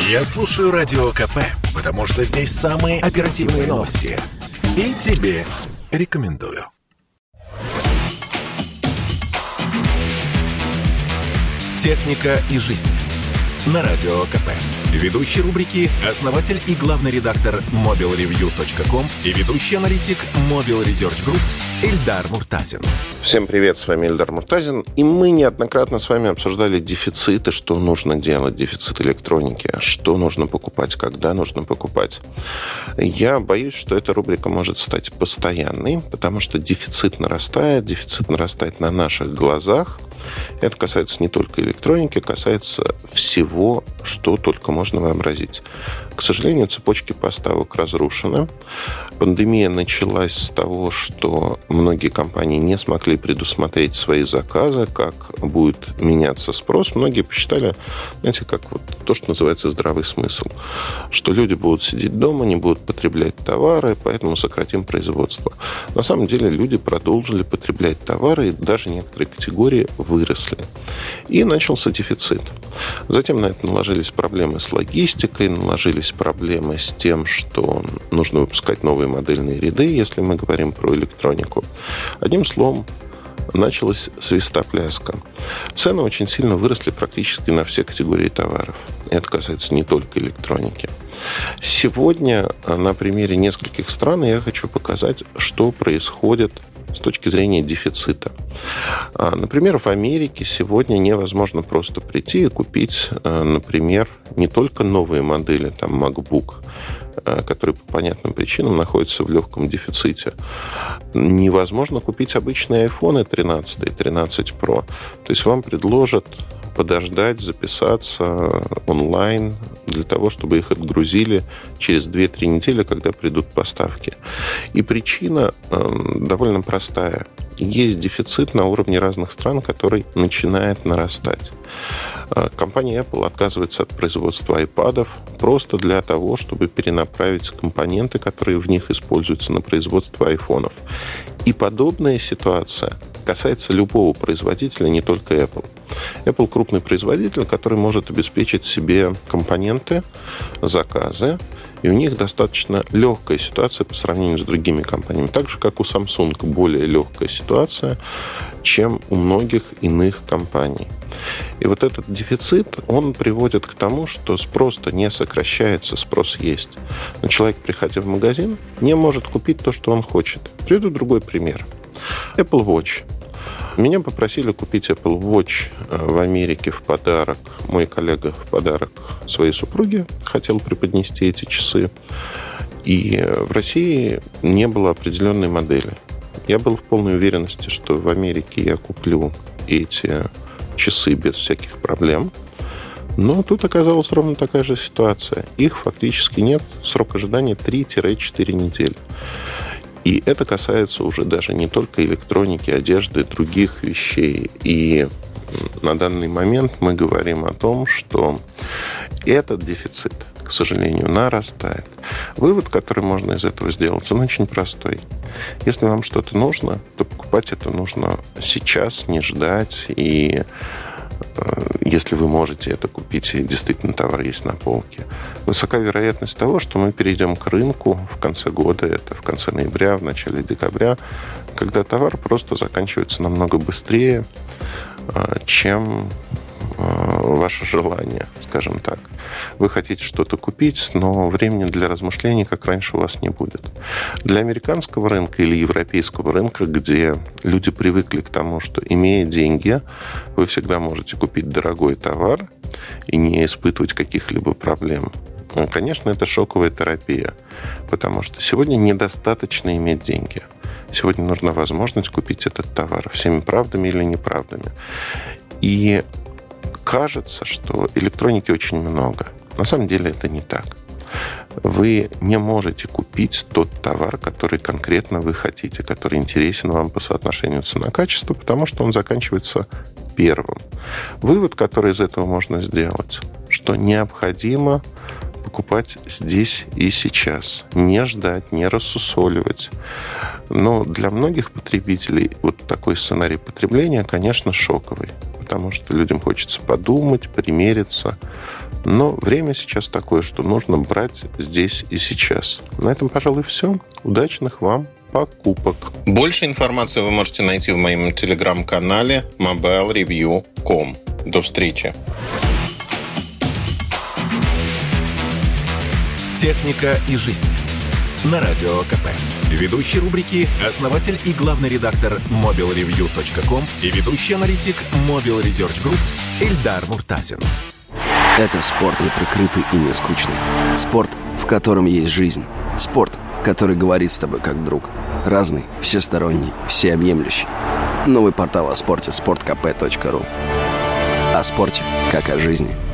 Я слушаю Радио КП, потому что здесь самые оперативные новости. И тебе рекомендую. «Техника и жизнь» на Радио КП. Ведущий рубрики – основатель и главный редактор mobilreview.com и ведущий аналитик Mobile Research Group Эльдар Муртазин. Всем привет, с вами Эльдар Муртазин. И мы неоднократно с вами обсуждали дефициты, что нужно делать, дефицит электроники, что нужно покупать, когда нужно покупать. Я боюсь, что эта рубрика может стать постоянной, потому что дефицит нарастает на наших глазах. Это касается не только электроники, касается всего, что только можно вообразить. К сожалению, цепочки поставок разрушены. Пандемия началась с того, что многие компании не смогли предусмотреть свои заказы, как будет меняться спрос. Многие посчитали, знаете, как вот то, что называется здравый смысл, что люди будут сидеть дома, не будут потреблять товары, поэтому сократим производство. На самом деле люди продолжили потреблять товары, и даже некоторые категории выросли. И начался дефицит. Затем на это наложились проблемы с логистикой, наложились проблемы с тем, что нужно выпускать новые модельные ряды, если мы говорим про электронику. Одним словом, началась свистопляска. Цены очень сильно выросли практически на все категории товаров. Это касается не только электроники. Сегодня на примере нескольких стран я хочу показать, что происходит с точки зрения дефицита. Например, в Америке сегодня невозможно просто прийти и купить, например, не только новые модели, там MacBook, которые по понятным причинам находятся в легком дефиците. Невозможно купить обычные iPhone 13 и 13 Pro. То есть вам предложат подождать, записаться онлайн для того, чтобы их отгрузили через 2-3 недели, когда придут поставки. И причина довольно простая. Есть дефицит на уровне разных стран, который начинает нарастать. Компания Apple отказывается от производства iPad'ов просто для того, чтобы перенаправить компоненты, которые в них используются, на производство айфонов. И подобная ситуация касается любого производителя, не только Apple. Apple – крупный производитель, который может обеспечить себе компоненты, заказы, и у них достаточно легкая ситуация по сравнению с другими компаниями. Так же, как у Samsung, более легкая ситуация, чем у многих иных компаний. И вот этот дефицит, он приводит к тому, что спрос-то не сокращается, спрос есть. Но человек, приходя в магазин, не может купить то, что он хочет. Приведу другой пример. Apple Watch. Меня попросили купить Apple Watch в Америке в подарок. Мой коллега в подарок своей супруге хотел преподнести эти часы. И в России не было определенной модели. Я был в полной уверенности, что в Америке я куплю эти часы без всяких проблем. Но тут оказалась ровно такая же ситуация. Их фактически нет. Срок ожидания 3-4 недели. И это касается уже даже не только электроники, одежды, других вещей. И на данный момент мы говорим о том, что этот дефицит, к сожалению, нарастает. Вывод, который можно из этого сделать, он очень простой. Если вам что-то нужно, то покупать это нужно сейчас, не ждать. И если вы можете это купить, и действительно товар есть на полке, высока вероятность того, что мы перейдем к рынку в конце года, это в конце ноября, в начале декабря, когда товар просто заканчивается намного быстрее, чем ваше желание, скажем так. Вы хотите что-то купить, но времени для размышлений, как раньше, у вас не будет. Для американского рынка или европейского рынка, где люди привыкли к тому, что, имея деньги, вы всегда можете купить дорогой товар и не испытывать каких-либо проблем, конечно, это шоковая терапия, потому что сегодня недостаточно иметь деньги. Сегодня нужна возможность купить этот товар всеми правдами или неправдами. И кажется, что электроники очень много. На самом деле это не так. Вы не можете купить тот товар, который конкретно вы хотите, который интересен вам по соотношению цена-качество, потому что он заканчивается первым. Вывод, который из этого можно сделать, что необходимо покупать здесь и сейчас. Не ждать, не рассусоливать. Но для многих потребителей вот такой сценарий потребления, конечно, шоковый. потому что людям хочется подумать, примериться. Но время сейчас такое, что нужно брать здесь и сейчас. На этом, пожалуй, все. Удачных вам покупок. Больше информации вы можете найти в моем телеграм-канале mobilereview.com. До встречи. «Техника и жизнь» на Радио КП. Ведущий рубрики – основатель и главный редактор mobilereview.com и ведущий аналитик Mobile Research Group Эльдар Муртазин. Это спорт неприкрытый и не скучный. Спорт, в котором есть жизнь. Спорт, который говорит с тобой как друг. Разный, всесторонний, всеобъемлющий. Новый портал о спорте – sportkp.ru. О спорте, как о жизни.